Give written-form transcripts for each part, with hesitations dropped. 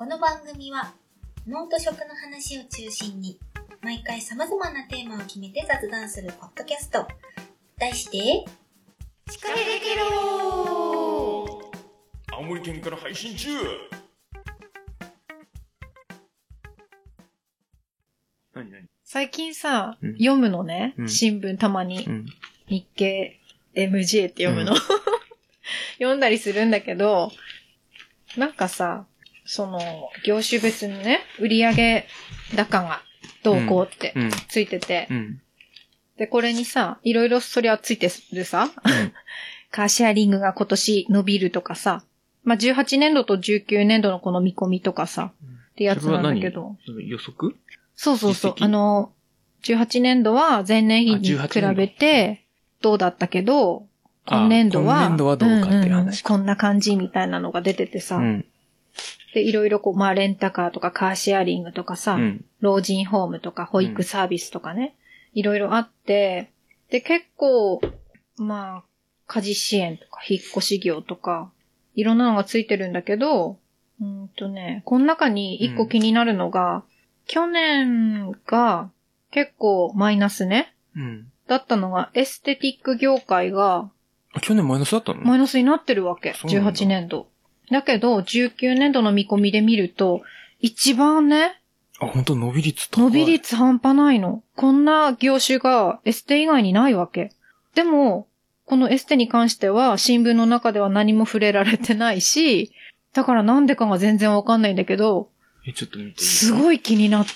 この番組は脳と食の話を中心に毎回様々なテーマを決めて雑談するポッドキャスト、題してシカヘデケロー。 青森県から配信中。何最近さ、読むのね、新聞たまに、日経 MJ って読むの、読んだりするんだけど、なんかさ、その業種別のね、売上高がどうこうってついてて、でこれにさ、いろいろそりゃついてるさ、カーシェアリングが今年伸びるとかさ、まあ、18年度と19年度のこの見込みとかさ、ってやつなんだけど。 予測？ そう。18年度は前年比に比べてどうだったけど、今年度はどうかっていう話。 こんな感じみたいなのが出ててさ、で、いろいろこう、まあ、レンタカーとかカーシェアリングとかさ、老人ホームとか保育サービスとかね、いろいろあって、で、結構、まあ、家事支援とか引っ越し業とか、いろんなのがついてるんだけど、この中に一個気になるのが、去年が結構マイナスね。だったのが、エステティック業界が、 去年マイナスだったの？ マイナスになってるわけ。18年度。だけど、19年度の見込みで見ると、一番ね。 本当伸び率高い。 伸び率半端ないの。こんな業種がエステ以外にないわけ。でも、このエステに関しては、新聞の中では何も触れられてないし、だからなんでかが全然わかんないんだけど、 ちょっと見ていい？ すごい気になって、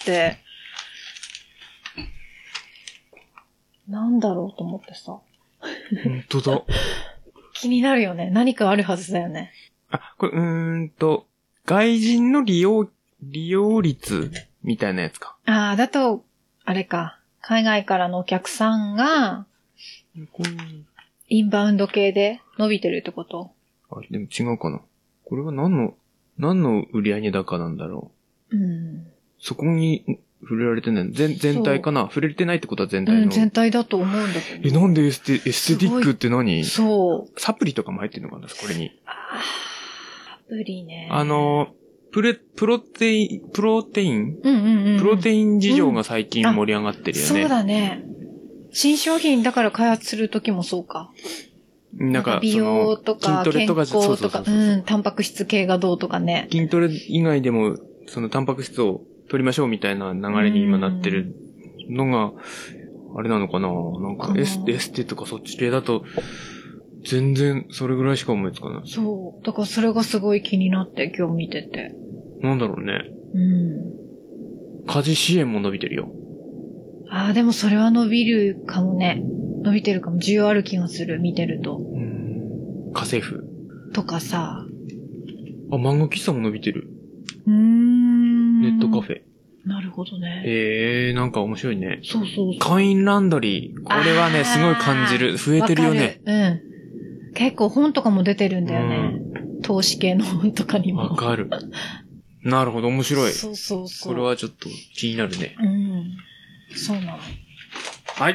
なんだろうと思ってさ。 本当だ。 気になるよね。何かあるはずだよね。 これ、外人の利用率みたいなやつか。 だと、あれか。海外からのお客さんが、インバウンド系で伸びてるってこと？ でも違うかな。これは何の売上高なんだろう。そこに触れられてない。全体かな。触れてないってことは全体の。 全体だと思うんだけど。 なんでエステティックって何？ そう。 サプリとかも入ってるのかな、これに。 サプリね。 プロテインプロテイン事情が最近盛り上がってるよね。 そうだね。新商品だから開発するときもそうか。なんか美容とか健康とか、タンパク質系がどうとかね。 筋トレ以外でも、そのタンパク質を取りましょうみたいな流れに今なってるのが、あれなのかな？なんかエステとかそっち系だと、全然それぐらいしか思いつかない。 そう。だからそれがすごい気になって今日見てて。 なんだろうね。家事支援も伸びてるよ。 でもそれは伸びるかもね。伸びてるかも。需要ある気がする、見てると。 家政婦。 とかさ。 漫画喫茶も伸びてる。ネットカフェ。 なるほどね。 なんか面白いね。 そう。 会員ランドリー。これはね、すごい感じる。増えてるよね。 結構本とかも出てるんだよね。投資系の本とかにも。 わかる。なるほど、面白い。 そう。 これはちょっと気になるね。 そうなの。 はい。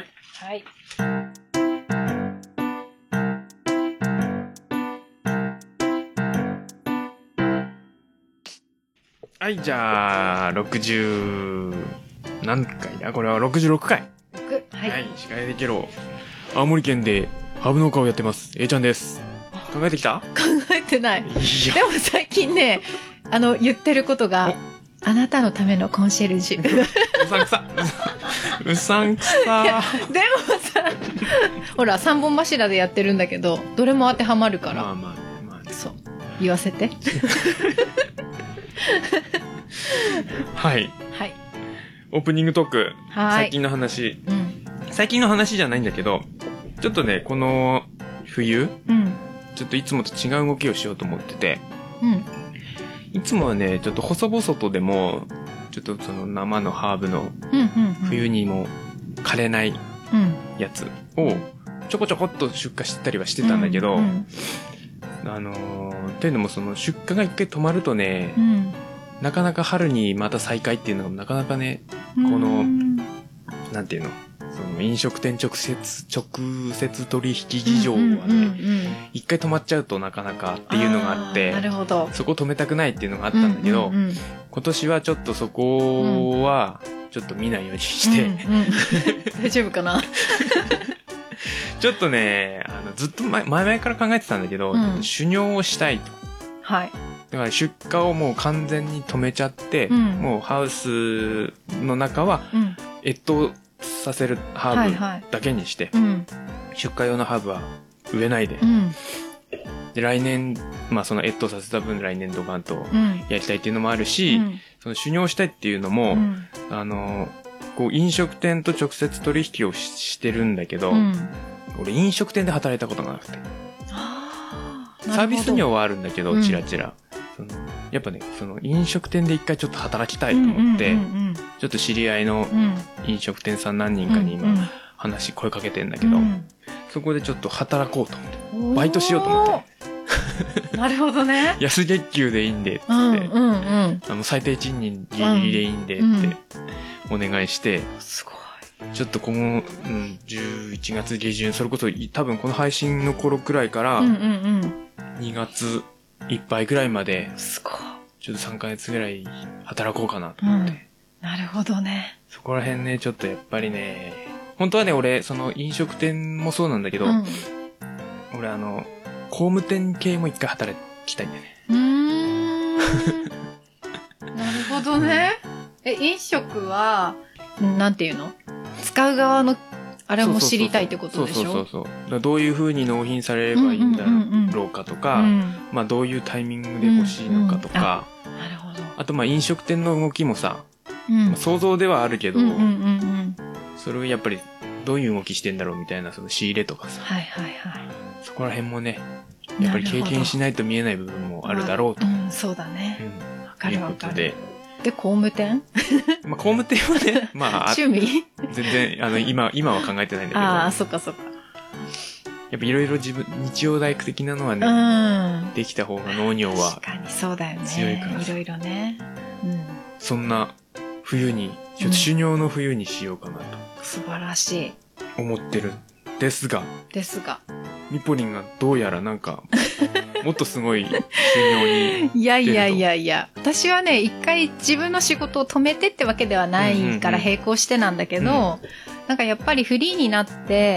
はい、じゃあ、何回だ？これは66回。はい、司会できろ。青森県でハーブ農家をやってます。A ちゃんです。考えてきた？ 考えてない。でも最近ね、言ってることが、あなたのためのコンシェルジュ。 うさんくさ。 でもさ、ほら、3本柱でやってるんだけど、どれも当てはまるから。 まあ、 そう。言わせて。 はい。オープニングトーク。最近の話。最近の話じゃないんだけど、ちょっとね、この冬、ちょっといつもと違う動きをしようと思ってて、いつもはね、ちょっと細々とでも、ちょっとその生のハーブの冬にも枯れないやつをちょこちょこっと出荷してたりはしてたんだけど、っていうのもその出荷が一回止まるとね、なかなか春にまた再開っていうのがなかなかね、この、なんていうの、 その飲食店直接取引事情はね、一回止まっちゃうとなかなかっていうのがあって、 なるほど。 そこ止めたくないっていうのがあったんだけど、今年はちょっとそこはちょっと見ないようにして、 大丈夫かなちょっとね、ずっと前々から考えてたんだけど、修行をしたいと。 はい。 だから出荷をもう完全に止めちゃって、もうハウスの中は越冬させるハーブだけにして、出荷用のハーブは植えないで、で来年、まあその越冬させた分来年ドカンとやりたいっていうのもあるし、その修行したいっていうのも、こう飲食店と直接取引をしてるんだけど、俺飲食店で働いたことがなくて。サービス業はあるんだけど、チラチラ。やっぱね、その飲食店で一回ちょっと働きたいと思って、ちょっと知り合いの飲食店さん何人かに今声かけてんだけど、そこでちょっと働こうと思って、バイトしようと思って。 なるほどね。 安月給でいいんで、つって、最低賃金ギリギリでいいんで、ってお願いして、 すごい。 ちょっとこの、11月下旬、それこそ多分この配信の頃くらいから、2月いっぱいぐらいまで、 すごい。 ちょっと3ヶ月ぐらい働こうかなと思って。 なるほどね。 そこら辺ね、ちょっとやっぱりね、本当はね、俺、その飲食店もそうなんだけど、俺工務店系も一回働きたいんだよね。 なるほどね。飲食は、なんていうの？使う側のあれも知りたいってことでしょ？ そう。どういう風に納品されればいいんだろうかとか、まあどういうタイミングで欲しいのかとか、 なるほど。 あとまあ飲食店の動きもさ、想像ではあるけど、それをやっぱりどういう動きしてんだろうみたいなその仕入れとかさ、そこら辺もね、やっぱり経験しないと見えない部分もあるだろうと。 そうだね。わかるわかる。で、工務店まあ、工務店はね、まあ、 趣味全然、今は考えてないんだけど。 ああ、そっかそっか。 やっぱいろいろ日曜大工的なのはね、できた方が農業は。 確かにそうだよね。 強いから。 いろいろね。 そんな冬に、ちょっと修行の冬にしようかなと。 素晴らしい。 思ってる。ですが。ミポリンがどうやらなんか、もっとすごい修行に。 いや。私はね、一回自分の仕事を止めてってわけではないから並行してなんだけど、なんかやっぱりフリーになって、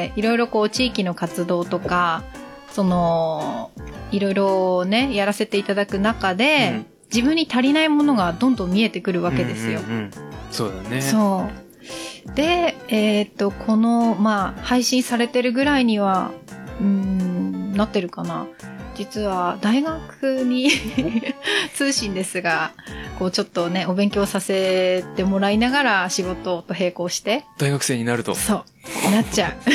いろいろこう地域の活動とか、いろいろね、やらせていただく中で、自分に足りないものがどんどん見えてくるわけですよ。 そうだね。 そう。で、この、まあ、配信されてるぐらいには、なってるかな。実は大学に通信ですが、こうちょっとね、お勉強させてもらいながら仕事と並行して。 大学生になると。 そう。なっちゃう。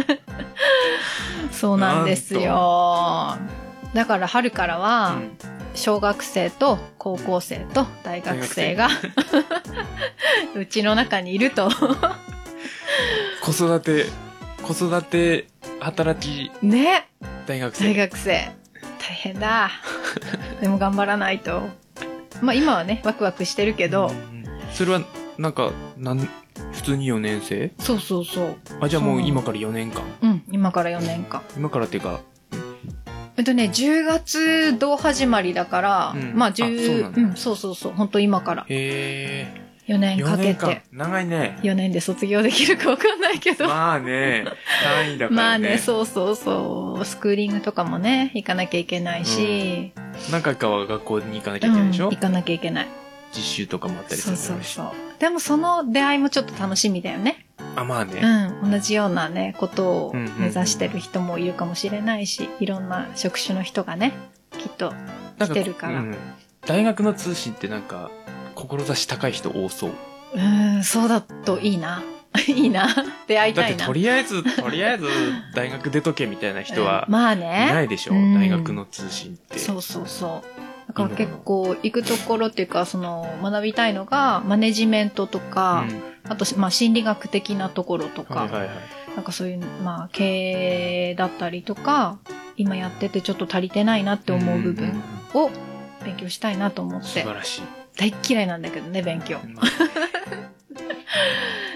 そうなんですよ。だから春からは、小学生と高校生と大学生がうちの中にいると。 子育て働き。 ね。 大学生。 大変だ。でも頑張らないと。まあ今はね、ワクワクしてるけど。 それは、なんか、普通に4年生？ そう。 あ、じゃあもう今から4年間。 今から4年間。 今からっていうか。 10月同始まりだから、まあそう。本当今から。 へー。 4年かけて。 長いね。 4年で卒業できるかわかんないけど。 まあね、単位だからね。 まあね、そう。スクーリングとかもね、行かなきゃいけないし。 何回かは学校に行かなきゃいけないでしょ？ 行かなきゃいけない。 実習とかもあったりするし。 そう。でもその出会いもちょっと楽しみだよね。 あ、まあね。 同じようなね、ことを目指してる人もいるかもしれないし、いろんな職種の人がね、きっと来てるから。 大学の通信ってなんか、志高い人多そう。 そうだといいな。いいな。出会いたいな。 だってとりあえず大学出とけみたいな人は、 まあね。 いないでしょ、大学の通信って。 そう。だから結構行くところっていうか、学びたいのが、マネジメントとか、あと、まあ心理学的なところとか、なんかそういう、まあ経営だったりとか、今やっててちょっと足りてないなって思う部分を勉強したいなと思って。 素晴らしい。 大嫌いなんだけどね、勉強。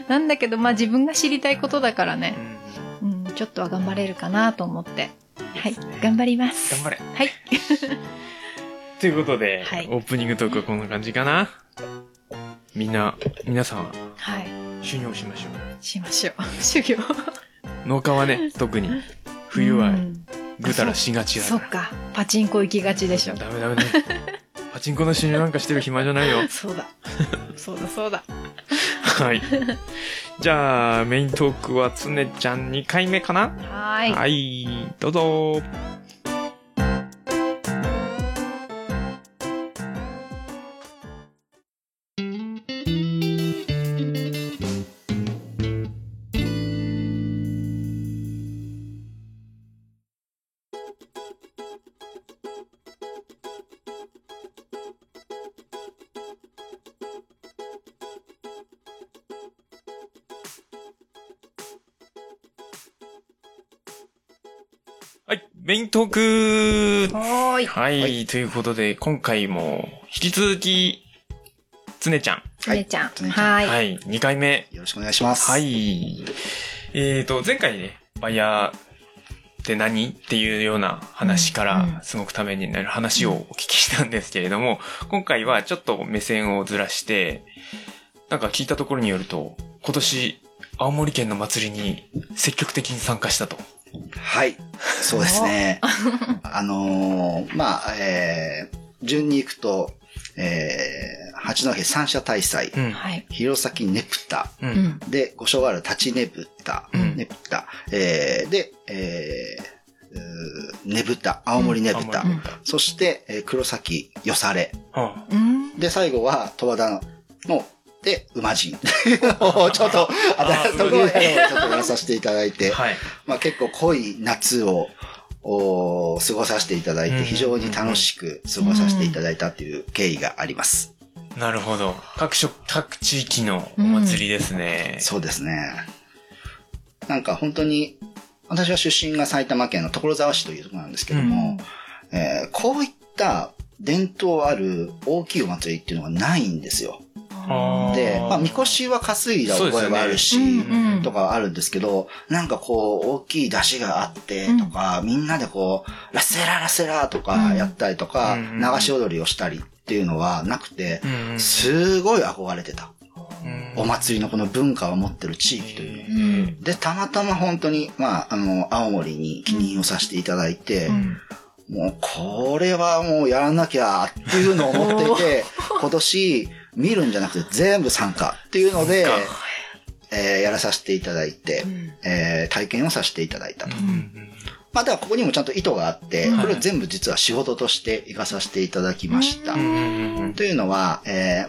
なんだけど、まあ自分が知りたいことだからね。うん、ちょっとは頑張れるかなと思って。はい。頑張ります。 頑張れ。 はい。 ということで、はい、オープニングトークはこんな感じかな。皆さんは、はい。修行しましょう。 しましょう。修行。 農家はね、特に、冬は、ぐたらしがちだから。 そっか。パチンコ行きがちでしょ。 ダメ。パチンコの修行なんかしてる暇じゃないよ。 そうだ。 はい。じゃあ、メイントークはつねちゃん2回目かな？はい。どうぞ。はい、メイントークはい、ということで、今回も、引き続き、つねちゃん。 はい。 はい、2回目。 よろしくお願いします。 はい。前回ね、バイヤーって何っていうような話から、すごくためになる話をお聞きしたんですけれども、今回はちょっと目線をずらして、なんか聞いたところによると、今年、青森県の祭りに積極的に参加したと。 はい。そうですね。順に行くと、八戸三社大祭、弘前ねぷた、で、五所原立ちねぷた、ねぶた、青森ねぶた、そして、黒崎よされ、で、最後は十和田ので、馬人。ちょっと、新しいところをちょっとやらさせていただいて、まあ結構濃い夏を過ごさせていただいて、非常に楽しく過ごさせていただいたという経緯があります。 なるほど。各地域のお祭りですね。 そうですね。なんか本当に、私は出身が埼玉県の所沢市というところなんですけども、こういった伝統ある大きいお祭りっていうのがないんですよ。で、まあ、みこしは担いだ覚えはあるし、とかはあるんですけど、なんかこう、大きい出汁があって、とか、みんなでこう、ラセララセラとかやったりとか、流し踊りをしたりっていうのはなくて、すごい憧れてた。お祭りのこの文化を持ってる地域というの。で、たまたま本当に、まあ、青森に記任をさせていただいて、もう、これはもうやらなきゃっていうのを思っていて、今年、見るんじゃなくて全部参加っていうので、やらさせていただいて、体験をさせていただいたと。まあ、だからここにもちゃんと意図があって、これを全部実は仕事として活かさせていただきました。というのは、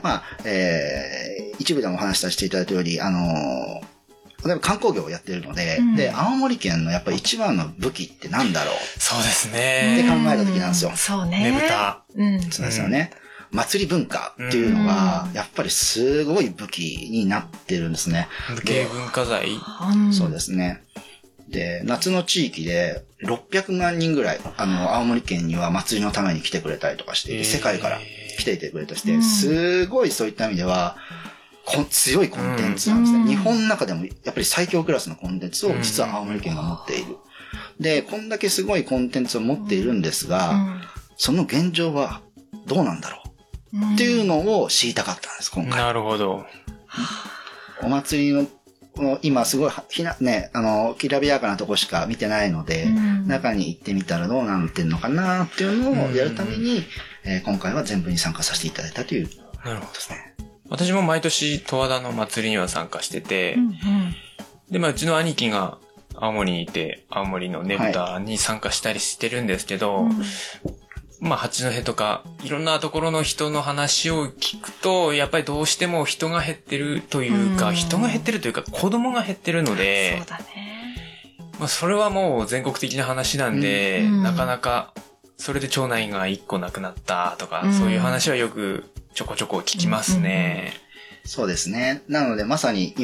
一部でもお話しさせていただいたように、例えば観光業をやってるので、で、青森県のやっぱり一番の武器ってなんだろう。 そうですね。 って考えた時なんですよ。 そうね。 ねぶた。 そうですよね。祭り文化っていうのが、やっぱりすごい武器になってるんですね。 無形文化財。 そうですね。で、夏の地域で600万人ぐらい、青森県には祭りのために来てくれたりとかして、世界から来ていてくれたりして、すごいそういった意味では、強いコンテンツなんですね。日本の中でもやっぱり最強クラスのコンテンツを実は青森県が持っている。で、こんだけすごいコンテンツを持っているんですが、その現状はどうなんだろうっていうのを知りたかったんです、今回。 なるほど。 お祭りの、今すごい、きらびやかなとこしか見てないので、中に行ってみたらどうなってんのかなっていうのをやるために、今回は全部に参加させていただいたということですね。 私も毎年十和田の祭りには参加してて、で、まあうちの兄貴が青森にいて、青森のねぶたに参加したりしてるんですけど、まあ、八戸とか、いろんなところの人の話を聞くと、やっぱりどうしても人が減ってるというか、人が減ってるというか、子供が減ってるので、 そうだね。 まあ、それはもう全国的な話なんで、なかなか、それで町内が1個なくなったとか、そういう話はよくちょこちょこ聞きますね。 そうですね。なので、まさに今、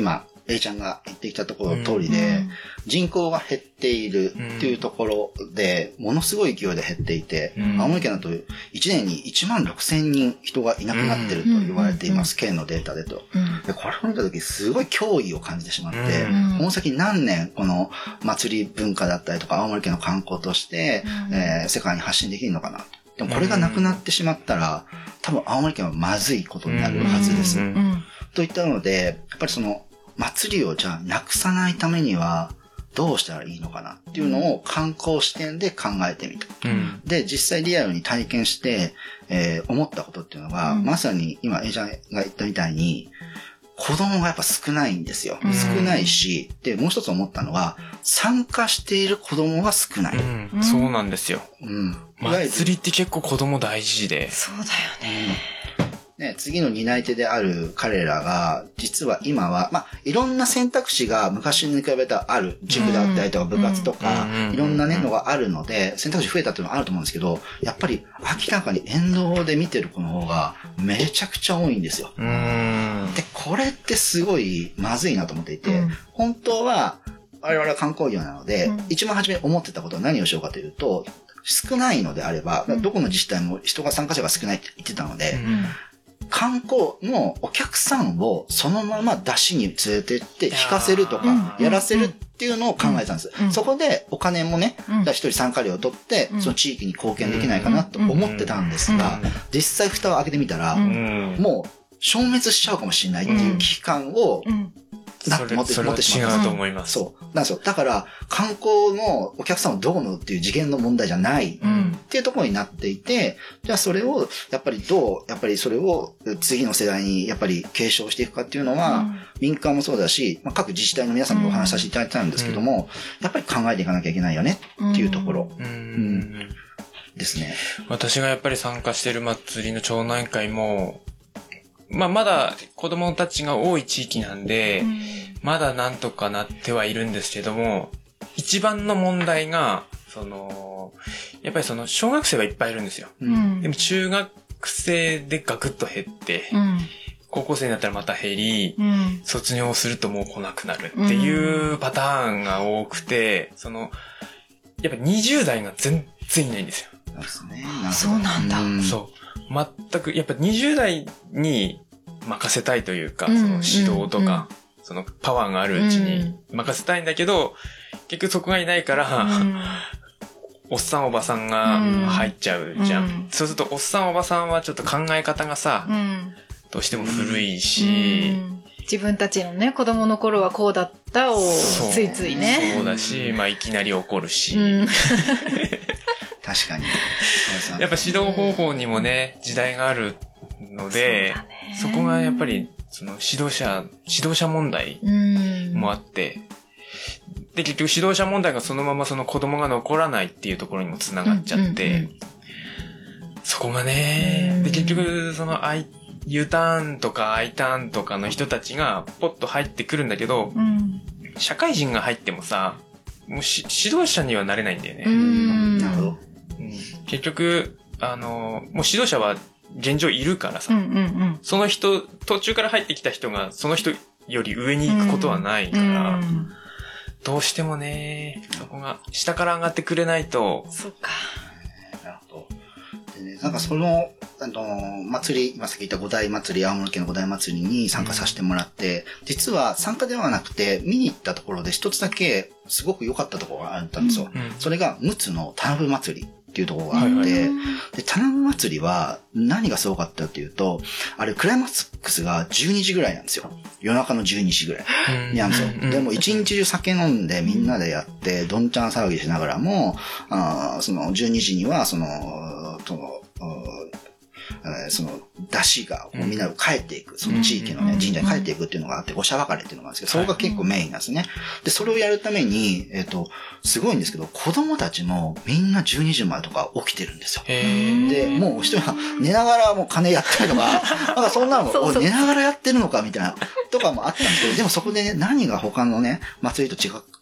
A ちゃんが言ってきたところの通りで、人口が減っているっていうところで、ものすごい勢いで減っていて、青森県だと1年に16,000人人がいなくなってると言われています、県のデータでと。でこれを見たときすごい脅威を感じてしまって、この先何年この祭り文化だったりとか青森県の観光として、世界に発信できるのかな。でもこれがなくなってしまったら、多分青森県はまずいことになるはずです。といったので、やっぱりその祭りをじゃあなくさないためにはどうしたらいいのかなっていうのを観光視点で考えてみた。で、実際リアルに体験して、思ったことっていうのが、まさに今Aちゃんが言ったみたいに、子供がやっぱ少ないんですよ。少ないし、で、もう一つ思ったのは、参加している子供が少ない。 そうなんですよ。祭りって結構子供大事で。 そうだよね。 ね、次の担い手である彼らが、実は今は、いろんな選択肢が昔に比べたらある。塾だったりとか部活とか、いろんなね、のがあるので、選択肢増えたっていうのはあると思うんですけど、やっぱり明らかに沿道で見てる子の方がめちゃくちゃ多いんですよ。で、これってすごいまずいなと思っていて、本当は、我々は観光業なので、一番初め思ってたことは何をしようかというと、少ないのであれば、どこの自治体も参加者が少ないって言ってたので、観光のお客さんをそのまま出しに連れてって引かせるとか、やらせるっていうのを考えたんです。そこでお金もね、一人参加料を取って、その地域に貢献できないかなと思ってたんですが、実際蓋を開けてみたら、もう消滅しちゃうかもしれないっていう危機感を、持ってしまった。 それは違うと思います。 そう。なんですよ。だから、観光のお客さんをどうのっていう次元の問題じゃないっていうところになっていて、じゃあそれを、やっぱりそれを次の世代にやっぱり継承していくかっていうのは、民間もそうだし、各自治体の皆さんにお話しさせていただいたんですけども、やっぱり考えていかなきゃいけないよねっていうところ。ですね。 私がやっぱり参加している祭りの町内会も、まだ子供たちが多い地域なんで、まだなんとかなってはいるんですけども、一番の問題が、やっぱり小学生はいっぱいいるんですよ。でも中学生でガクッと減って、高校生になったらまた減り、卒業するともう来なくなるっていうパターンが多くて、やっぱ20代が全然いないんですよ。 そうなんだ。 そう。全く、やっぱ20代に任せたいというか、その指導とか、そのパワーがあるうちに任せたいんだけど、結局そこがいないから、おっさんおばさんが入っちゃうじゃん。そうするとおっさんおばさんはちょっと考え方がさ、どうしても古いし、 自分たちのね、子供の頃はこうだったをついついね。 そうだし、いきなり怒るし。 確かに。 やっぱ指導方法にもね、時代があるので、そこがやっぱり、指導者問題もあって、で、結局指導者問題がそのまま子供が残らないっていうところにもつながっちゃって、そこがね、で、結局U ターンとか I ターンとかの人たちがポッと入ってくるんだけど、社会人が入ってもさ、もう指導者にはなれないんだよね。 なるほど。 結局、もう指導者は現状いるからさ、その人、途中から入ってきた人がその人より上に行くことはないから、どうしてもね、そこが下から上がってくれないと。 そうか。 なるほど。でね、なんか祭り、今さっき言った五大祭り、青森県の五大祭りに参加させてもらって、実は参加ではなくて見に行ったところで一つだけすごく良かったところがあったんですよ。それが陸奥の田辺祭りっていうところがあって、で、田辺祭りは何がすごかったっていうと、あれクライマックスが12時ぐらいなんですよ。夜中の12時ぐらいなんですよ。でも一日中酒飲んでみんなでやって、どんちゃん騒ぎしながらも、12時には出汁がみんな帰っていく、その地域のね、神社に帰っていくっていうのがあって、五社別れっていうのがあるんですけど、それが結構メインなんですね。で、それをやるために、すごいんですけど、子供たちもみんな12時前とか起きてるんですよ。で、もう一人は寝ながらもう金やったりとか、なんかそんなのも、寝ながらやってるのかみたいな、とかもあったんですけど、でもそこでね、何が他のね、祭りと違っ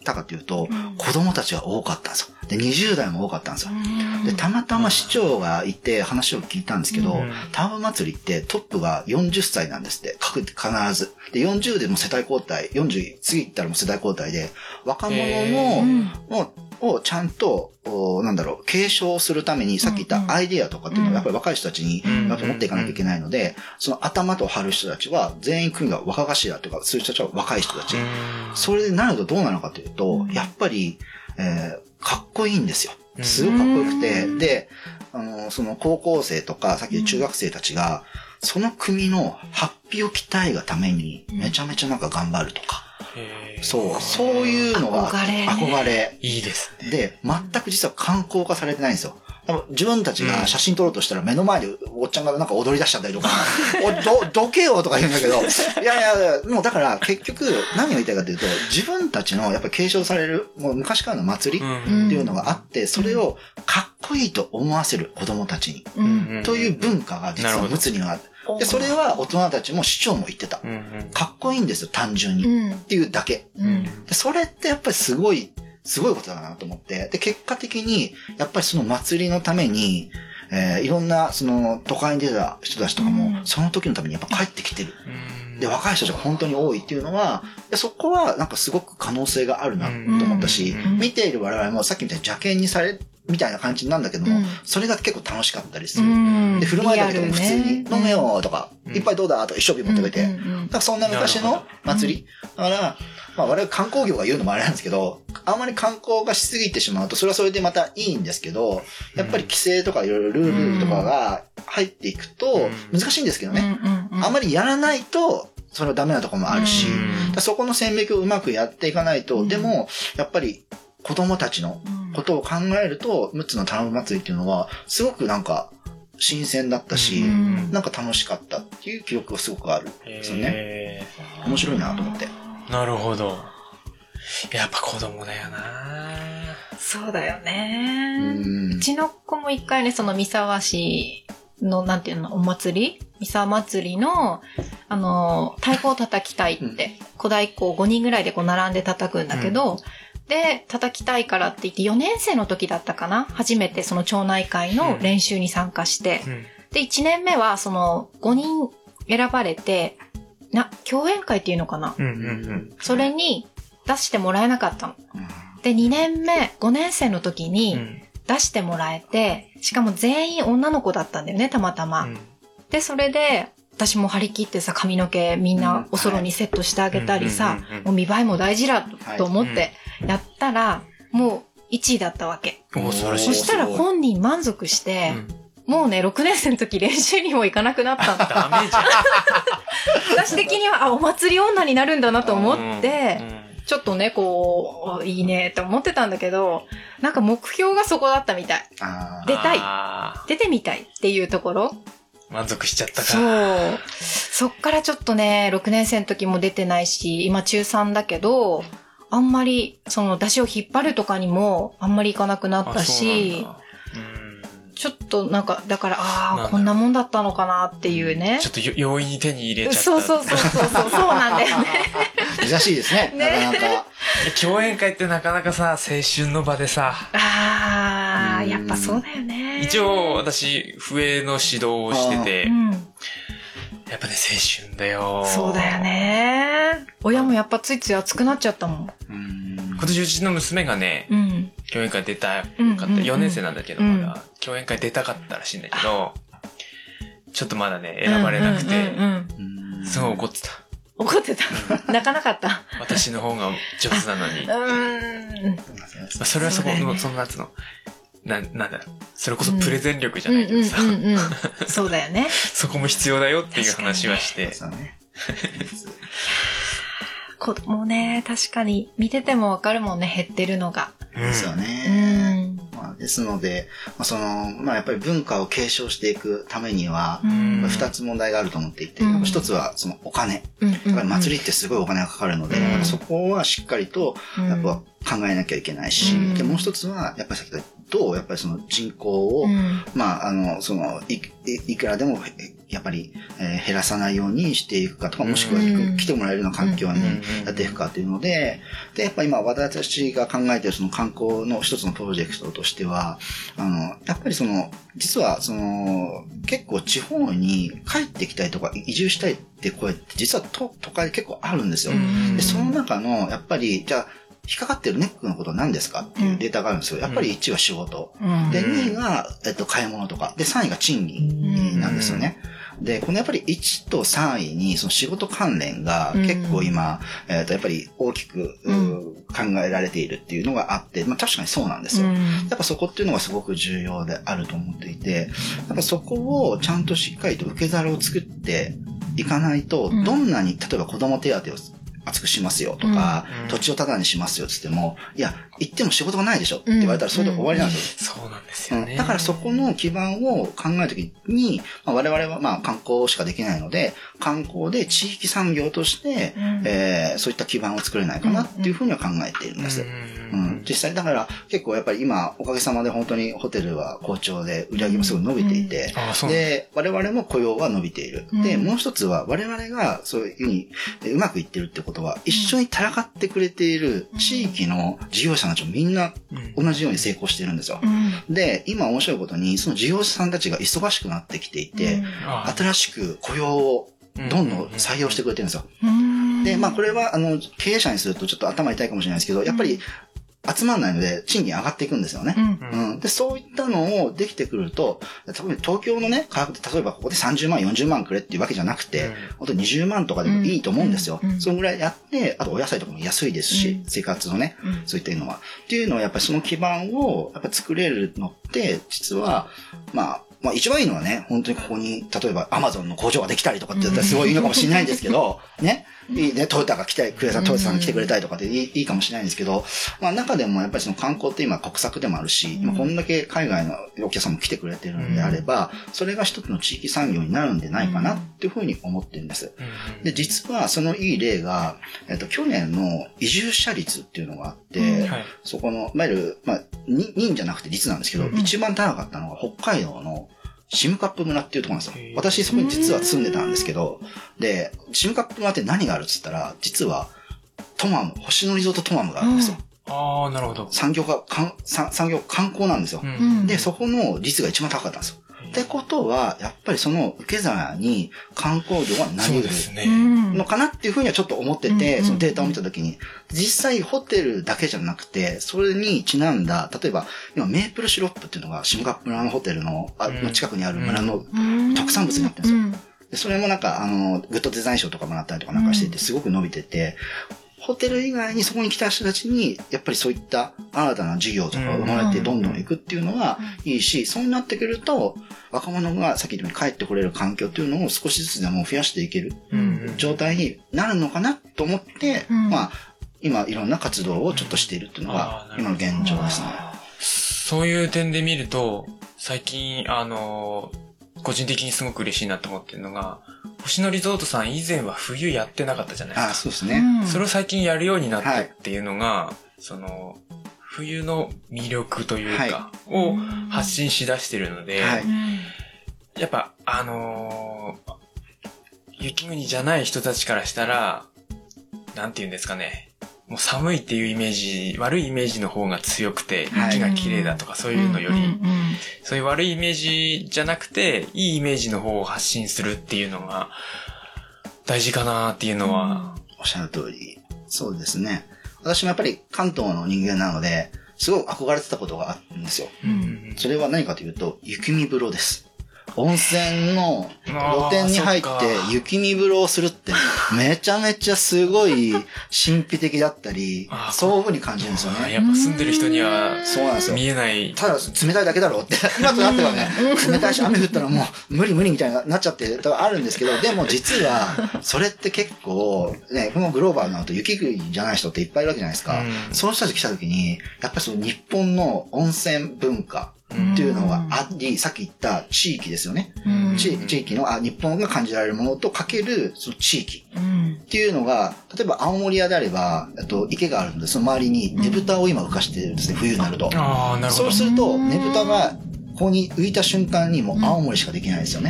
たかというと、子供たちが多かったんですよ。で、20代も多かったんですよ。で、たまたま市長がいて話を聞いたんですけど、田植祭りってトップが40歳なんですって。必ず。で、40でも世代交代、40次行ったらもう世代交代で、若者をちゃんと、継承するために、さっき言ったアイデアとかっていうのはやっぱり若い人たちにやっぱ持っていかなきゃいけないので、その頭と張る人たちは全員組が若頭というか、そういう人たちは若い人たち。それでなるとどうなのかというと、やっぱり、かっこいいんですよ。すごくかっこよくて、で、その高校生とか、さっき中学生たちが、その組の発表期待がために、めちゃめちゃなんか頑張るとか、そういうのが憧れ。 いいですね。 で、全く実は観光化されてないんですよ。自分たちが写真撮ろうとしたら目の前でおっちゃんがなんか踊り出しちゃったりとか、どけよとか言うんだけど、いや、もうだから結局何を言いたいかというと、自分たちのやっぱり継承される、もう昔からの祭りっていうのがあって、それをかっこいいと思わせる子供たちに、という文化が実は陸奥にはある。で、それは大人たちも市長も言ってた。かっこいいんですよ、単純に。っていうだけ。で、それってやっぱりすごいことだなと思って。で、結果的に、やっぱりその祭りのために、いろんな、その、都会に出た人たちとかも、その時のためにやっぱ帰ってきてる。で、若い人たちが本当に多いっていうのは、そこはなんかすごく可能性があるなと思ったし、見ている我々もさっきみたいに邪険にされみたいな感じなんだけども、それが結構楽しかったりする。で、振る舞いだけども普通に、飲めよとか、いっぱいどうだとか一生瓶持ってくれて。だからそんな昔の祭り。だから、まあ我々観光業が言うのもあれなんですけど、あんまり観光がしすぎてしまうと、それはそれでまたいいんですけど、やっぱり規制とかいろいろルールとかが入っていくと、難しいんですけどね。あんまりやらないと、それはダメなところもあるし、そこの線引きをうまくやっていかないと、でも、やっぱり子供たちのことを考えると、陸奥の田植祭りっていうのは、すごくなんか、新鮮だったし、なんか楽しかったっていう記憶がすごくあるんですよね。面白いなと思って。 なるほど。やっぱ子供だよな。 そうだよね。うちの子も一回ね、その三沢市の、なんていうの、お祭り三沢祭りの、太鼓を叩きたいって、小太鼓を5人ぐらいでこう並んで叩くんだけど、で、叩きたいからって言って4年生の時だったかな、初めてその町内会の練習に参加して、で、1年目はその5人選ばれて、共演会っていうのかな、それに出してもらえなかったの。で、2年目、5年生の時に出してもらえて、しかも全員女の子だったんだよね、たまたま。で、それで、私も張り切ってさ、髪の毛みんなおそろにセットしてあげたりさ、もう見栄えも大事だと思ってやったら、もう1位だったわけ。そしたら本人満足して、もうね、6年生の時練習にも行かなくなったんだ。 ダメじゃん。 私的には、お祭り女になるんだなと思って、ちょっとね、こう、いいねって思ってたんだけど、なんか目標がそこだったみたい。出たい。出てみたいっていうところ。 満足しちゃったか。 そう。そっからちょっとね、6年生の時も出てないし、今中3だけど、あんまり、その出汁を引っ張るとかにも、あんまり行かなくなったし、ちょっとなんか、だから、こんなもんだったのかなっていうね。 ちょっと容易に手に入れちゃった。 そうなんだよね。 難しいですね。なかなか。 共演会ってなかなかさ、青春の場でさ。 やっぱそうだよね。 一応私、笛の指導をしてて、やっぱね、青春だよ。 そうだよね。親もやっぱついつい熱くなっちゃったもん。 今年うちの娘がね、共演会出たかった。4年生なんだけど、まだ、共演会出たかったらしいんだけど、ちょっとまだね、選ばれなくて、すごい怒ってた。 怒ってた。泣かなかった。 私の方が上手なのに。それはその夏の、なんだろう。それこそプレゼン力じゃないけどさ。 そうだよね。 そこも必要だよっていう話はして。 子供ね、確かに見ててもわかるもんね、減ってるのが。 ですよね。ですので、やっぱり文化を継承していくためには、二つ問題があると思っていて、一つはそのお金。やっぱり祭りってすごいお金がかかるので、そこはしっかりと、やっぱ考えなきゃいけないし、で、もう一つは、やっぱり先ほどどうやっぱりその人口を、いくらでもやっぱり、減らさないようにしていくかとか、もしくは来てもらえるような環境にやっていくかというので、で、やっぱ今私が考えているその観光の一つのプロジェクトとしては、やっぱり実は結構地方に帰ってきたいとか移住したいって声って実は都会で結構あるんですよ。で、その中の、やっぱり、じゃあ、引っかかってるネックのことは何ですかっていうデータがあるんですよ。やっぱり1位は仕事。で、2位が、買い物とか。で、3位が賃金なんですよね。で、このやっぱり1と3位にその仕事関連が結構今、やっぱり大きく考えられているっていうのがあって、まあ確かにそうなんですよ。やっぱそこっていうのがすごく重要であると思っていて、やっぱそこをちゃんとしっかりと受け皿を作っていかないと、どんなに例えば子供手当を厚くしますよとか、土地をタダにしますよって言っても、いや、行っても仕事がないでしょって言われたらそれで終わりなんですよ。そうなんですよね。 だからそこの基盤を考えるときに、我々は観光しかできないので、観光で地域産業として、そういった基盤を作れないかなっていうふうには考えているんです。実際だから結構やっぱり今おかげさまで本当にホテルは好調で売り上げもすごい伸びていて、で、我々も雇用は伸びている。で、もう一つは我々がそういうふうにうまくいってるってことは、一緒に戦ってくれている地域の事業者たちもみんな同じように成功してるんですよ。で、今面白いことにその事業者さんたちが忙しくなってきていて、新しく雇用をどんどん採用してくれてるんですよ。で、これは経営者にするとちょっと頭痛いかもしれないですけど、やっぱり集まんないので賃金上がっていくんですよね。で、そういったのをできてくると、東京のね、価格って例えばここで30万、40万くれっていうわけじゃなくて、本当に20万とかでもいいと思うんですよ。そのぐらいやって、あとお野菜とかも安いですし、生活のね、そういったのは。っていうのはやっぱりその基盤をやっぱ作れるのって、実は、一番いいのはね、本当にここに、例えば Amazon の工場ができたりとかって言ったらすごいいいのかもしれないんですけど、ね。いいね、トヨタが来て、トヨタさん来てくれたりとかでいいかもしれないんですけど、中でもやっぱりその観光って今国策でもあるし、今こんだけ海外のお客さんも来てくれてるのであれば、それが一つの地域産業になるんでないかなっていうふうに思ってるんです。で、実はそのいい例が、去年の移住者率っていうのがあって、そこの、いわゆる、人じゃなくて率なんですけど、一番高かったのが北海道のシムカップ村っていうところなんですよ。私そこに実は住んでたんですけど、で、シムカップ村って何があるって言ったら、実はトマム、星野リゾートトマムがあるんですよ。 ああ、なるほど。 産業観光なんですよ。で、そこの率が一番高かったんですよ。ってことは、やっぱりその受け皿に観光業はなり得るのかなっていうふうにはちょっと思ってて、そのデータを見たときに、実際ホテルだけじゃなくて、それにちなんだ、例えば、今メープルシロップっていうのがシムカップ村のホテルの近くにある村の特産物になってるんですよ。でそれもなんか、グッドデザイン賞とかもらったりとかなんかしていて、すごく伸びてて、ホテル以外にそこに来た人たちに、やっぱりそういった新たな事業とかが生まれてどんどん行くっていうのはいいし、そうなってくると、若者がさっき言ったように帰ってこれる環境っていうのを少しずつでも増やしていける状態になるのかなと思って、今いろんな活動をちょっとしているっていうのが今の現状ですね。 そういう点で見ると、最近、個人的にすごく嬉しいなと思ってるのが、星野リゾートさん以前は冬やってなかったじゃないですか。 そうですね。 それを最近やるようになったっていうのが、冬の魅力というか、を発信しだしてるので、やっぱ、雪国じゃない人たちからしたら、なんて言うんですかね。もう寒いっていうイメージ、悪いイメージの方が強くて、雪が綺麗だとかそういうのより、そういう悪いイメージじゃなくて、いいイメージの方を発信するっていうのが大事かなっていうのは。 おっしゃる通り。そうですね。私もやっぱり関東の人間なので、すごく憧れてたことがあるんですよ。それは何かというと、雪見風呂です。温泉の露天に入って雪見風呂をするってめちゃめちゃすごい神秘的だったり、そういう風に感じるんですよね。 やっぱ住んでる人には見えない。 ただ冷たいだけだろうって、今となってはね、冷たいし雨降ったらもう無理みたいになっちゃってあるんですけど、でも実はそれって結構ね、このグローバルなのと雪国じゃない人っていっぱいいるわけじゃないですか。その人たち来た時に、やっぱりその日本の温泉文化っていうのがあり、さっき言った地域ですよね。地域の、日本が感じられるものとかける、その地域っていうのが、例えば青森屋であれば、池があるので、その周りにねぶたを今浮かしてるんですね、冬になると。なるほど。そうすると、ねぶたがここに浮いた瞬間にもう青森しかできないですよね。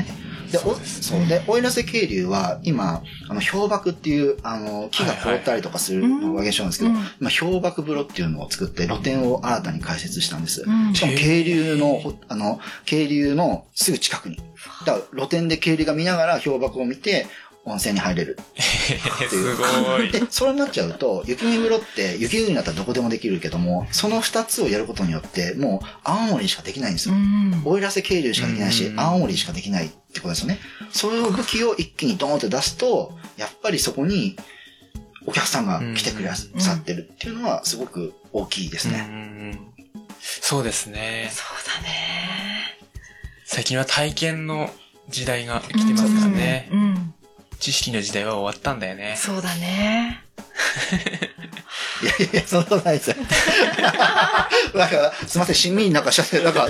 で、奥入瀬渓流は今、氷瀑っていう、木が凍ったりとかするのが現象なんですけど、今、氷瀑風呂っていうのを作って露店を新たに開設したんです。しかも渓流のすぐ近くに。だから露店で渓流が見ながら氷瀑を見て、温泉に入れるっていう。 すごい。 で、それになっちゃうと、雪見風呂って雪国だったらどこでもできるけども、その2つをやることによって、もう青森しかできないんですよ。奥入瀬渓流しかできないし、青森しかできないってことですよね。それを武器を一気にドーンって出すと、やっぱりそこにお客さんが来てくださってるっていうのはすごく大きいですね。 そうですね。 そうだね。 最近は体験の時代が来てますからね。知識の時代は終わったんだよね。 そうだね。 いや、そんなことないですよ。なんか、すいません、親身になんかしちゃって、なんか、はい。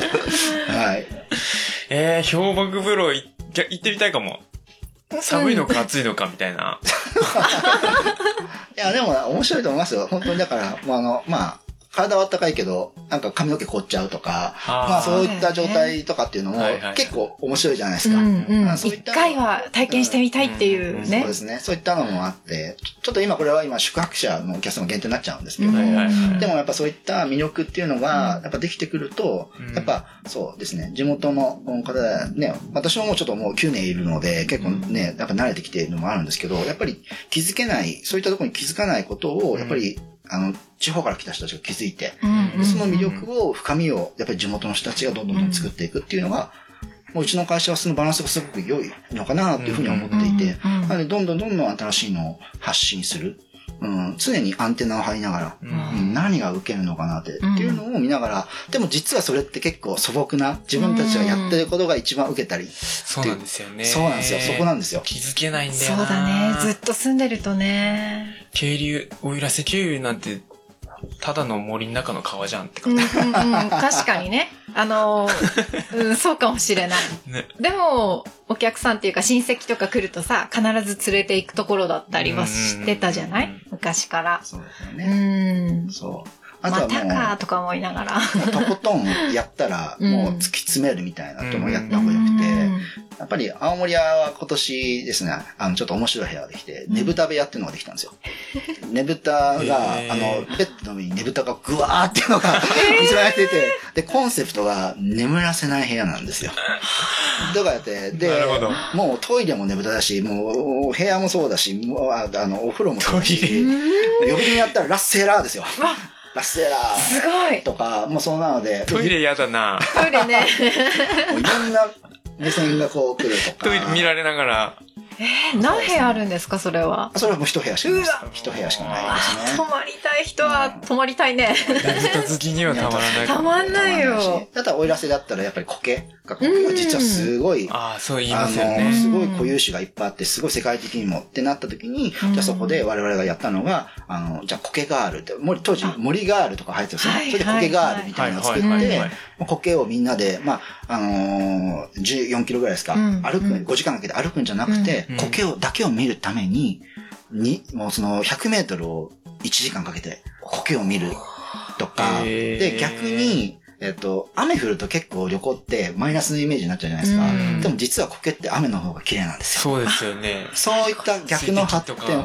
氷瀑風呂行ってみたいかも。寒いのか暑いのかみたいな。 いや、でも面白いと思いますよ。本当にだから、体は暖かいけど、なんか髪の毛凍っちゃうとか、そういった状態とかっていうのも結構面白いじゃないですか。 一回は体験してみたいっていうね。 そうですね。そういったのもあって、ちょっとこれは宿泊者のお客様限定になっちゃうんですけど、でもやっぱそういった魅力っていうのが、やっぱできてくると、やっぱそうですね、地元の方ね、私ももうちょっともう9年いるので、結構ね、やっぱ慣れてきているのもあるんですけど、やっぱり気づけない、そういったところに気づかないことを、やっぱり、地方から来た人たちが気づいて、その魅力を、深みを、やっぱり地元の人たちがどんどん作っていくっていうのが、もううちの会社はそのバランスがすごく良いのかなというふうに思っていて、なのでどんどん新しいのを発信する。常にアンテナを張りながら、何が受けるのかなっていうのを見ながら、でも実はそれって結構素朴な、自分たちがやってることが一番受けたり。 そうなんですよね。 そうなんですよ。そこなんですよ。 気づけないんだよな。 そうだね。ずっと住んでるとね。 渓流、奥入瀬渓流なんて、ただの森の中の川じゃんって感じ。 確かにね。そうかもしれない。ね、でも、お客さんっていうか親戚とか来るとさ、必ず連れて行くところだったりはしてたじゃない？昔から。 そうですよね。そう。 あとはまたかとか思いながら。 とことんやったら、もう突き詰めるみたいなともやった方がよくて、やっぱり青森屋は今年ですね、ちょっと面白い部屋ができて、ねぶた部屋っていうのができたんですよ。ねぶたが、ベッドの上にねぶたがぐわーっていうのが見せられてて、で、コンセプトが眠らせない部屋なんですよ。とかやって、で、もうトイレもねぶただし、もう部屋もそうだし、もうお風呂もそうだし、呼びにやったらラッセーラーですよ。ラッセーラー。 すごい。 とか、もうそうなので。 トイレやだな。 トイレね。 もういろんな目線がこう来るとか。 トイレ見られながら。 何部屋あるんですか、それは。 それはもう一部屋しかないです。一部屋しかないですね。 泊まりたい人は泊まりたいね。 ねぶた好きにはたまらない。 たまんないよ。 ただ、奥入瀬だったらやっぱり苔が実はすごい、 そう言いますよね。 すごい固有種がいっぱいあって、すごい世界的にもってなった時に、じゃあそこで我々がやったのが、じゃあ苔ガールって、当時森ガールとか入ってたんですよね。それで苔ガールみたいなのを作って、苔をみんなで、14キロぐらいですか、歩く、5時間かけて歩くんじゃなくて、苔だけを見るために、もうその100メートルを1時間かけて苔を見るとか、で、逆に、雨降ると結構旅行ってマイナスのイメージになっちゃうじゃないですか。でも実は苔って雨の方が綺麗なんですよ。 そうですよね。 そういった逆の発展、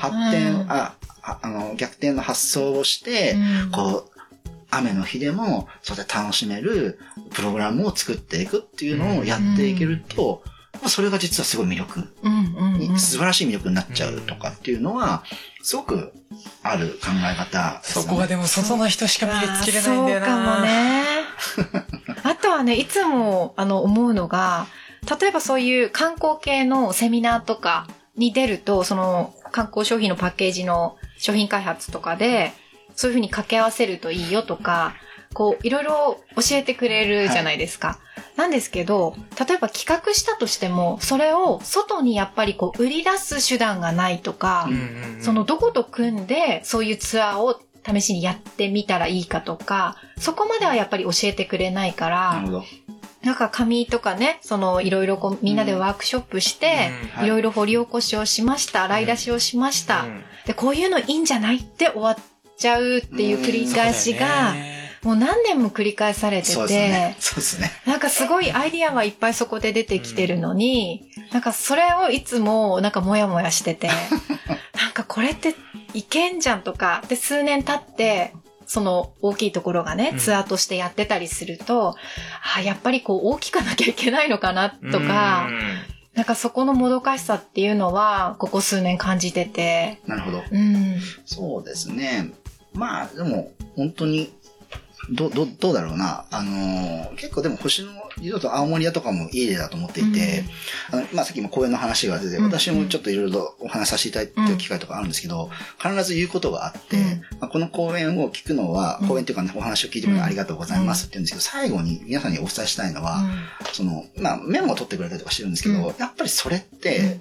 逆転の発想をして、雨の日でもそうやって楽しめるプログラムを作っていくっていうのをやっていけると、それが実はすごい魅力、素晴らしい魅力になっちゃうとかっていうのは、すごくある考え方ですよね。 そこはでも外の人しか見つけれないんだよな。 そうかもね。あとはね、いつも思うのが、例えばそういう観光系のセミナーとかに出ると、その観光商品のパッケージの商品開発とかで、そういうふうに掛け合わせるといいよとか、いろいろ教えてくれるじゃないですか。なんですけど、例えば企画したとしても、それを外にやっぱり売り出す手段がないとか、そのどこと組んでそういうツアーを試しにやってみたらいいかとか、そこまではやっぱり教えてくれないから、なんか紙とかね、いろいろみんなでワークショップして、いろいろ掘り起こしをしました、洗い出しをしました。で、こういうのいいんじゃないって終わっちゃうっていう繰り返しが、 もう何年も繰り返されてて、 そうですね。 なんかすごいアイディアはいっぱいそこで出てきてるのに、なんかそれをいつもなんかモヤモヤしてて、なんかこれっていけんじゃんとか、で数年経って、その大きいところがね、ツアーとしてやってたりすると、やっぱりこう大きくなきゃいけないのかなとか、なんかそこのもどかしさっていうのは、ここ数年感じてて。 なるほど。そうですね。まあ、でも、本当に、どうだろうな。結構でも星野リゾート青森屋とかもいい例だと思っていて、まあさっきも公園の話が出て、私もちょっといろいろお話しさせていただいてる機会とかあるんですけど、必ず言うことがあって、まあ、この公演を聞くのは、公演っていうかね、お話を聞いてくれてありがとうございますって言うんですけど、最後に皆さんにお伝えしたいのは、まあメモを取ってくれたりとかしてるんですけど、やっぱりそれって、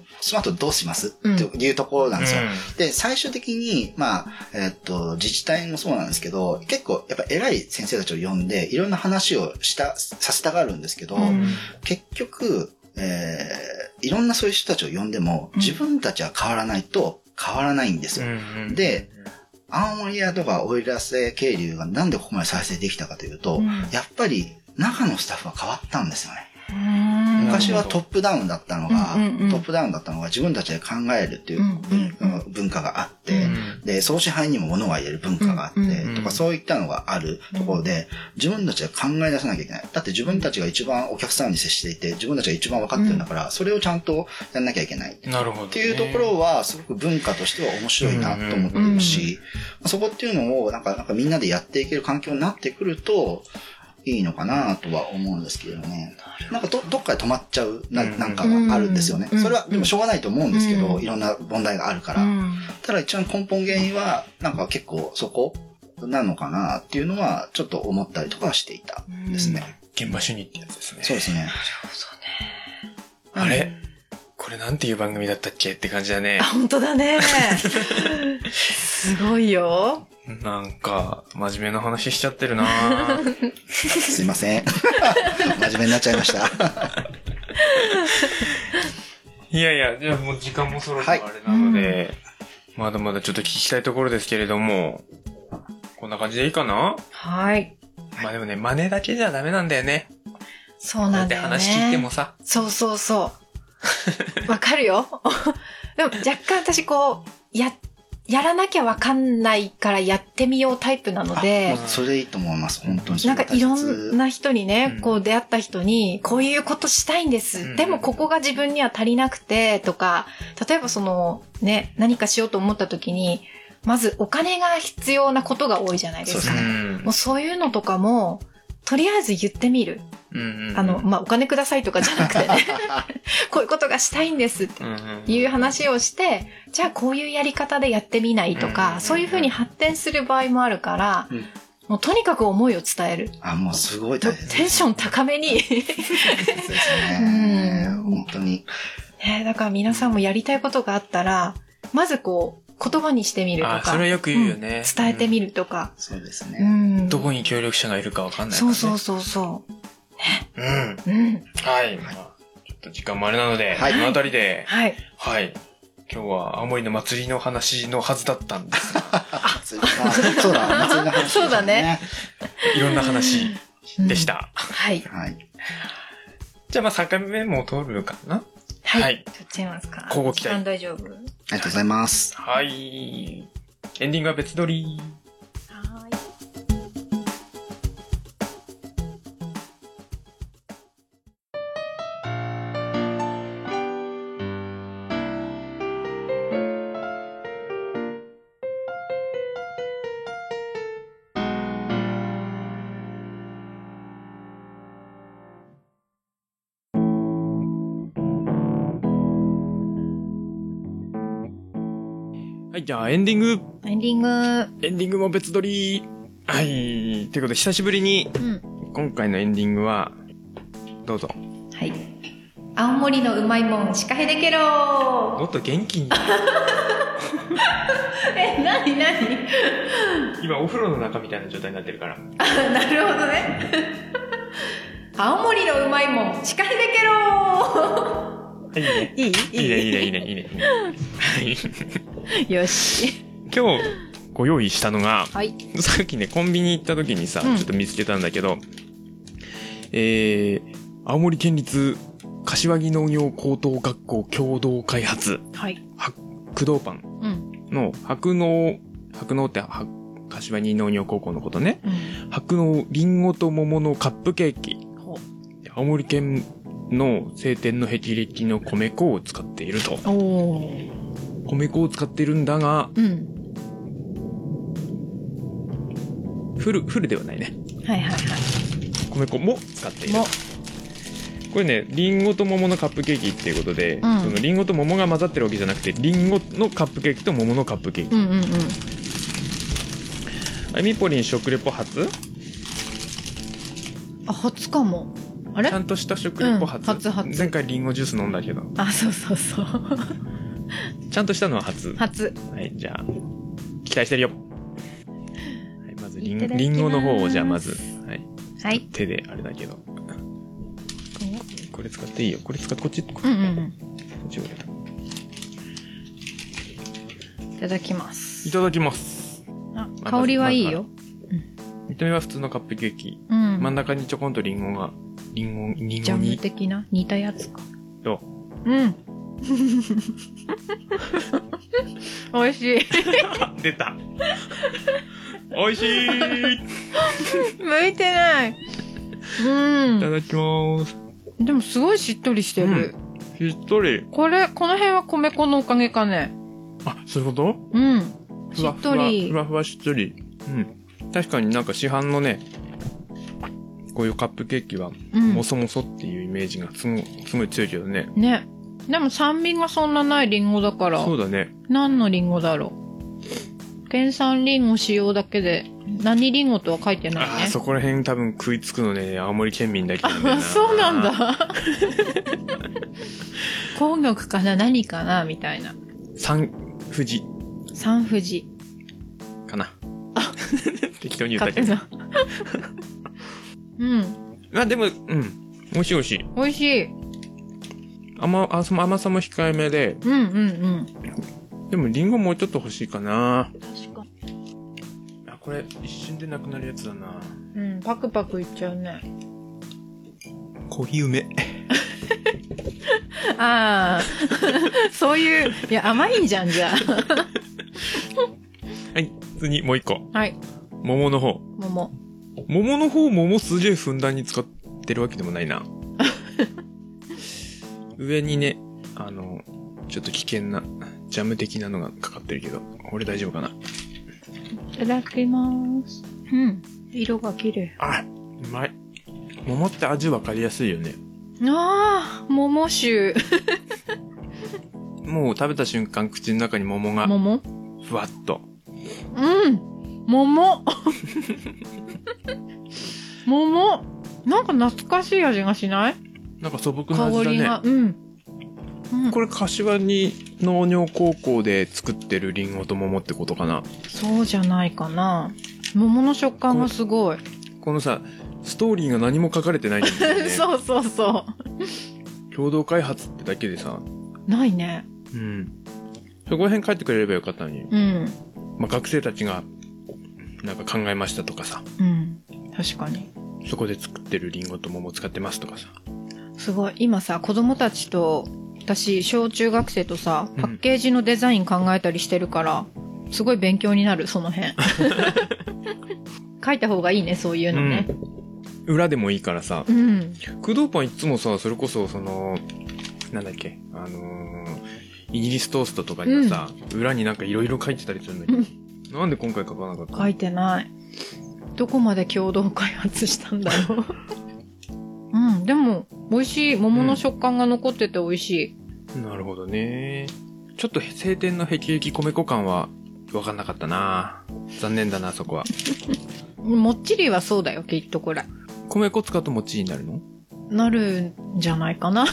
その後どうしますっていうところなんですよ。で、最終的に、まあ、自治体もそうなんですけど、結構やっぱ偉い先生たちを呼んで、いろんな話をさせたがるんですけど、結局、いろんなそういう人たちを呼んでも、自分たちは変わらないと変わらないんですよ。で、青森屋とか奥入瀬渓流がなんでここまで再生できたかというと、やっぱり中のスタッフは変わったんですよね。昔はトップダウンだったのが、自分たちで考えるっていう文化があって、で、総支配にも物が入れる文化があって、とかそういったのがあるところで、自分たちで考え出さなきゃいけない。だって自分たちが一番お客さんに接していて、自分たちが一番分かってるんだから、それをちゃんとやんなきゃいけない。 なるほど。 っていうところは、すごく文化としては面白いなと思ってるし、そこっていうのをなんかみんなでやっていける環境になってくると、いいのかなとは思うんですけどね。なんかどっかで止まっちゃうなんかはあるんですよね。それはでもしょうがないと思うんですけど、いろんな問題があるから。ただ一番根本原因はなんか結構そこなのかなっていうのはちょっと思ったりとかはしていたですね。 現場主義ってやつですね。 そうですね。 あれこれなんていう番組だったっけって感じだね。 本当だね。すごいよ。 なんか、真面目な話しちゃってるなすいません。真面目になっちゃいました。 いやいや、じゃあもう時間もそろそろあれなので、まだまだちょっと聞きたいところですけれども、こんな感じでいいかな？ はい。 まあでもね、真似だけじゃダメなんだよね。 そうなんだよね。 話聞いてもさ。 そう。わかるよ。でも若干私こう、やらなきゃわかんないからやってみようタイプなので。 それでいいと思います、本当に。 なんかいろんな人にね、こう出会った人に、こういうことしたいんです。でもここが自分には足りなくて、とか、例えば何かしようと思った時に、まずお金が必要なことが多いじゃないですか。もうそういうのとかも、とりあえず言ってみる。お金くださいとかじゃなくてね、こういうことがしたいんですっていう話をして、じゃあこういうやり方でやってみないとか、そういうふうに発展する場合もあるから、もうとにかく思いを伝える。 もうすごい大変です。 テンション高めに。そうですね。本当に。 だから皆さんもやりたいことがあったら、まずこう、言葉にしてみるとか。 それはよく言うよね。 伝えてみるとか。 そうですね。 どこに協力者がいるかわかんないからね。 そう。 はい。まあ、ちょっと時間もあれなので、このあたりで、はい。今日は青森の祭りの話のはずだったんですが。 そうだ、祭りの話。 そうだね。 いろんな話でした。 はい。 じゃあ3回目も通るかな？ はい。取っちゃいますか。 交互期待。 大丈夫？ ありがとうございます。 はい。エンディングは別撮り。はい、じゃあエンディングも別撮り。はい。ということで、久しぶりに、今回のエンディングは、どうぞ。 はい。青森のうまいもん、シカヘデケロもっと元気に。 何今、お風呂の中みたいな状態になってるから。 なるほどね。青森のうまいもん、シカヘデケロいいね。いいね。はい。 よし。 今日、 ご用意したのが、 はい、 さっきね、コンビニ行った時にさ、ちょっと見つけたんだけど、青森県立柏木農業高等学校共同開発。 はい。 駆動パンの白農って柏木農業高校のことね。白農リンゴと桃のカップケーキ。青森県の青天の霹靂の米粉を使っていると。米粉を使ってるんだが、フルではないね。 はいはいはい。 米粉も使っている。これね、リンゴと桃のカップケーキっていうことで、そのリンゴと桃が混ざってるわけじゃなくて、リンゴのカップケーキと桃のカップケーキ。みぽりん食レポ初？ 初かも。あれ？ ちゃんとした食レポ初。前回リンゴジュース飲んだけど。 そうそうそう。 ちゃんとしたのは初。 はい、 じゃあ、期待してるよ。はい、まずリンゴの方をじゃあまず、はい。手であれだけど。これ使っていいよ。こっち。こっちをいただきます。 いただきます。 香りはいいよ。 見た目は普通のカップケーキ。真ん中にちょこんとリンゴに。 ジャム的な似たやつか。 どう？美味しい。 出た。美味しい。 向いてない。いただきます。 でもすごいしっとりしてる。 しっとり。 この辺は米粉のおかげかね。 そういうこと？ しっとり。 ふわふわしっとり。確かになんか市販のね、こういうカップケーキは、もそもそっていうイメージがすごい強いけどね。 ね。でも酸味がそんなないリンゴだから。 そうだね。 何のリンゴだろう。県産リンゴ使用だけで、何リンゴとは書いてないね。 そこら辺多分食いつくのね、青森県民だけなんだよな。 そうなんだ。紅玉かな何かなみたいな。 三富士。かな。適当に言ったけど。でも、美味しい美味しい。 美味しい。 甘さも控えめで。でもリンゴもうちょっと欲しいかな。 確かに。 これ一瞬でなくなるやつだな。 パクパクいっちゃうね。 コーヒー梅。 そういう、いや、甘いんじゃん、じゃあ。 はい、次もう一個。 はい。 桃の方。桃すげえふんだんに使ってるわけでもないな。上にね、ちょっと危険なジャム的なのがかかってるけど、俺大丈夫かな。 いただきます。色が綺麗。 うまい。桃って味わかりやすいよね。 桃酒。 もう食べた瞬間口の中に桃が。ふわっと。 桃。なんか懐かしい味がしない？ なんか素朴な味だね。 香りが。 これ柏木農業高校で作ってるリンゴと桃ってことかな。 そうじゃないかな。桃の食感がすごい。 このさ、ストーリーが何も書かれてないんだよね。 そうそうそう。 共同開発ってだけでさ。 ないね。 そこら辺書いてくれればよかったのに。学生たちがなんか考えましたとかさ。 確かに。 そこで作ってるリンゴと桃使ってますとかさ。 すごい。今さ、子供たちと、私、小中学生とさ、パッケージのデザイン考えたりしてるから、すごい勉強になる、その辺。書いた方がいいね、そういうのね。 裏でもいいからさ。駆動パンいつもさ、それこそ、なんだっけ、イギリストーストとかにはさ、裏になんかいろいろ書いてたりするのに。なんで今回書かなかった？ 書いてない。どこまで共同開発したんだろう。でも、美味しい。桃の食感が残ってて美味しい。 なるほどね。ちょっと晴天の霹靂米粉感は分かんなかったな。残念だな、そこは。 もっちりはそうだよ、きっとこれ。 米粉使うともっちりになるの？ なるんじゃないかな。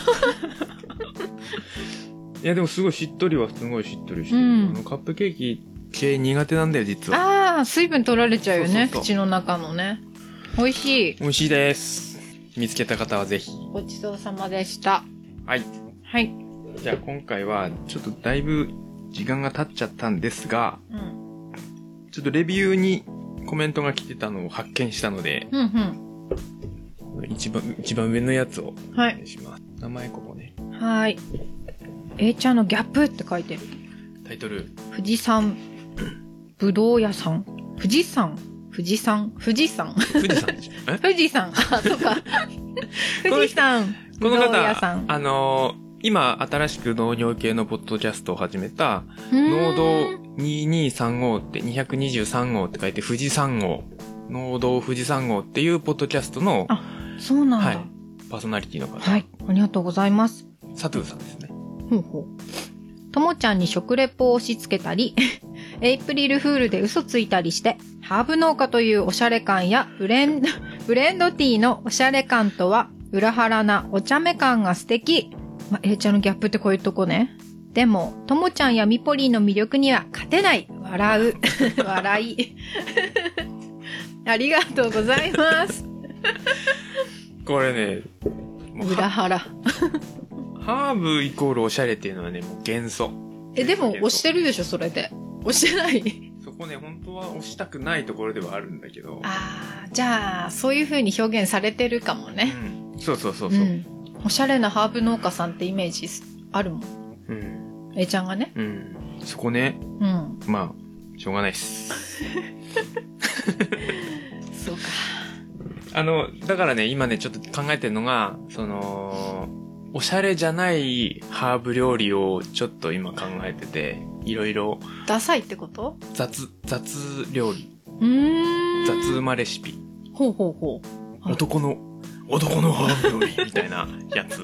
いや、でもすごいしっとりはすごいしっとりしてる。カップケーキ系苦手なんだよ、実は。 水分取られちゃうよね、口の中のね。美味しい。 美味しいです。見つけた方はぜひ。 ごちそうさまでした。 はい。 はい。 じゃあ今回はちょっとだいぶ時間が経っちゃったんですが、 ちょっとレビューにコメントが来てたのを発見したので、一番上のやつをお願いします。名前ここね。 はい。A ちゃんのギャップって書いてる。 タイトル。 富士山、ぶどう屋さん。富士山。あ、そうか。富士山、 この方、今、新しく農業系のポッドキャストを始めた、農道2235って223号って書いて、富士山号、農道富士山号っていうポッドキャストの、 あ、そうなんだ。はい。 パーソナリティの方。 はい。ありがとうございます。 佐藤さんですね。 ともちゃんに食レポを押し付けたり、エイプリルフールで嘘ついたりして、ハーブ農家というおしゃれ感やブレンドティーのおしゃれ感とは裏腹なお茶目感が素敵。A ちゃんのギャップってこういうとこね。でも、ともちゃんやみぽりんの魅力には勝てない。笑う。笑い。ありがとうございます。 これね、 裏腹。 ハーブイコールおしゃれっていうのはね、もう幻想。 でも押してるでしょ、それで。押してない。 そこね、本当は押したくないところではあるんだけど。 じゃあ、そういう風に表現されてるかもね。 そう。 おしゃれなハーブ農家さんってイメージあるもん。A ちゃんがね。 そこね。まあ、しょうがないっす。 そうか。 だからね、今ね、ちょっと考えてるのが、おしゃれじゃないハーブ料理をちょっと今考えてて、いろいろ。 ダサいってこと？ 雑料理。雑馬レシピ。 ほう。 男のハーブ料理みたいなやつ。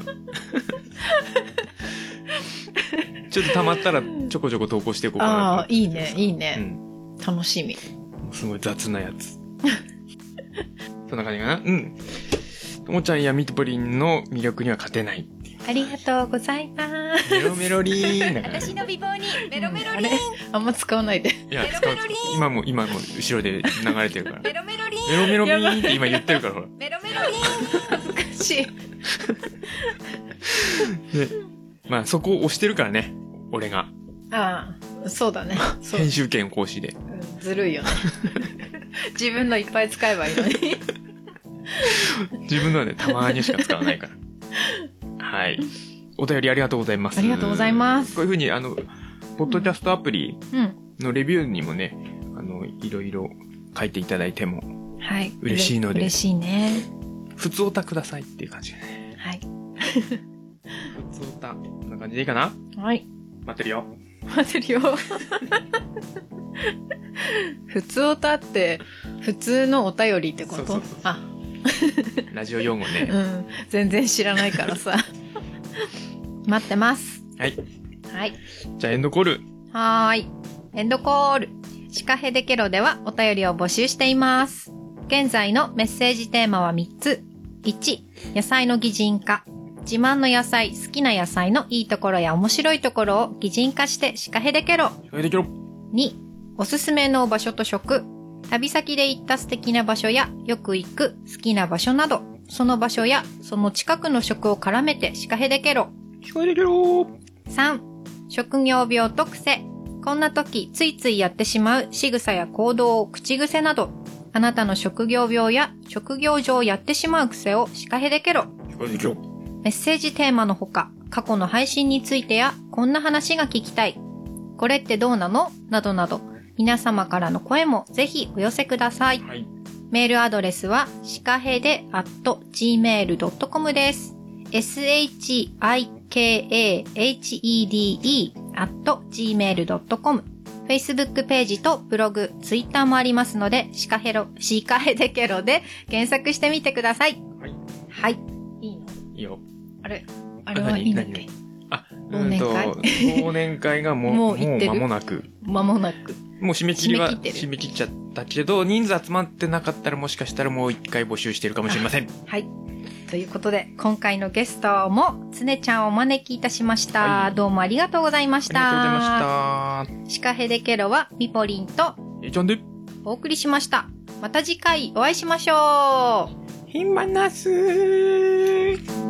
ちょっと溜まったらちょこちょこ投稿していこうかな。 いいね。楽しみ。 すごい雑なやつ。そんな感じかな。ともちゃんやみぽりんの魅力には勝てない。 ありがとうございます。 メロメロリーン。 私の美貌にメロメロリーン。 あんま使わないで。 いや、使う。今も後ろで流れてるから。 メロメロリーン。 メロメロリーンって今言ってるから、ほら。 メロメロリーン。 恥ずかしい。 で、まあそこを押してるからね、俺が。 そうだね。 編集権行使で。 ずるいよね。自分のいっぱい使えばいいのに。 自分のはね、たまにしか使わないから。はい。お便りありがとうございます。 ありがとうございます。 こういうふうに、ポッドキャストアプリのレビューにもね、いろいろ書いていただいても、嬉しいので。 嬉しいね。 普通オタくださいっていう感じでね。 はい。 普通オタ、こんな感じでいいかな？ はい。 待ってるよ。 普通オタって、普通のお便りってこと？ そう。ラジオ用語ね。 全然知らないからさ。待ってます。 はい。 はい。 じゃあエンドコール。 はーい。エンドコール。シカヘデケロではお便りを募集しています。現在のメッセージテーマは3つ。1、野菜の擬人化。自慢の野菜、好きな野菜のいいところや面白いところを擬人化してシカヘデケロ。2、おすすめの場所と食。旅先で行った素敵な場所やよく行く好きな場所など、その場所やその近くの食を絡めてシカヘデケロ。3、職業病と癖。こんな時ついついやってしまう仕草や行動、口癖など、あなたの職業病や職業上やってしまう癖をシカヘデケロ。メッセージテーマのほか、過去の配信についてやこんな話が聞きたい。これってどうなの？などなど、皆様からの声もぜひお寄せください。はい、メールアドレスはシカヘデ@gmail.com です。shikahede@gmail.com。Facebook ページとブログ、Twitter もありますので、シカヘデケロで検索してみてください。はい。はい。いいの？ いいよ。 あれはいいんだっけ？ 忘年会がもう間もなく。もう締め切っちゃったけど、人数集まってなかったらもしかしたらもう一回募集してるかもしれません。 はい。ということで、今回のゲストもつねちゃんをお招きいたしました。はい、どうもありがとうございました。 ありがとうございました。シカヘデケロはミポリンとえちゃんでお送りしました。また次回お会いしましょう。 ひんまなすー。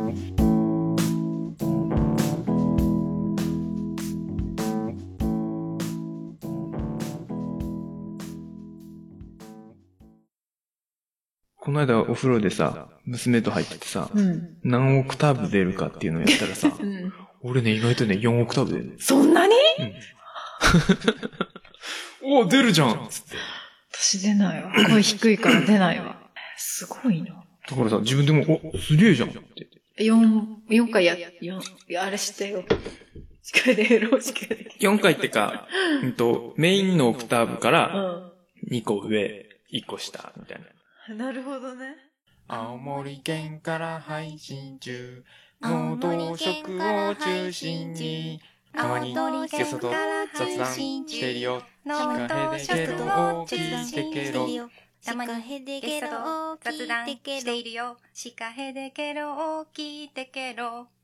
この間お風呂でさ、娘と入っててさ、何オクターブ出るかっていうのをやったらさ、俺ね、意外とね、4オクターブ出る。 そんなに？ お、出るじゃんつって。 私出ないわ。声低いから出ないわ。すごいな。 だからさ、自分でも、お、すげえじゃんって。 4回あれしてよ。 4回ってか、メインのオクターブから2個上、1個下、みたいな。なるほどね。 青森県から配信中、農道食を中心に、たまにゲストと雑談してるよ。シカヘデケロを聞いてケロ。 たまにゲストと雑談しているよ。シカヘデケロを聞いてケロ。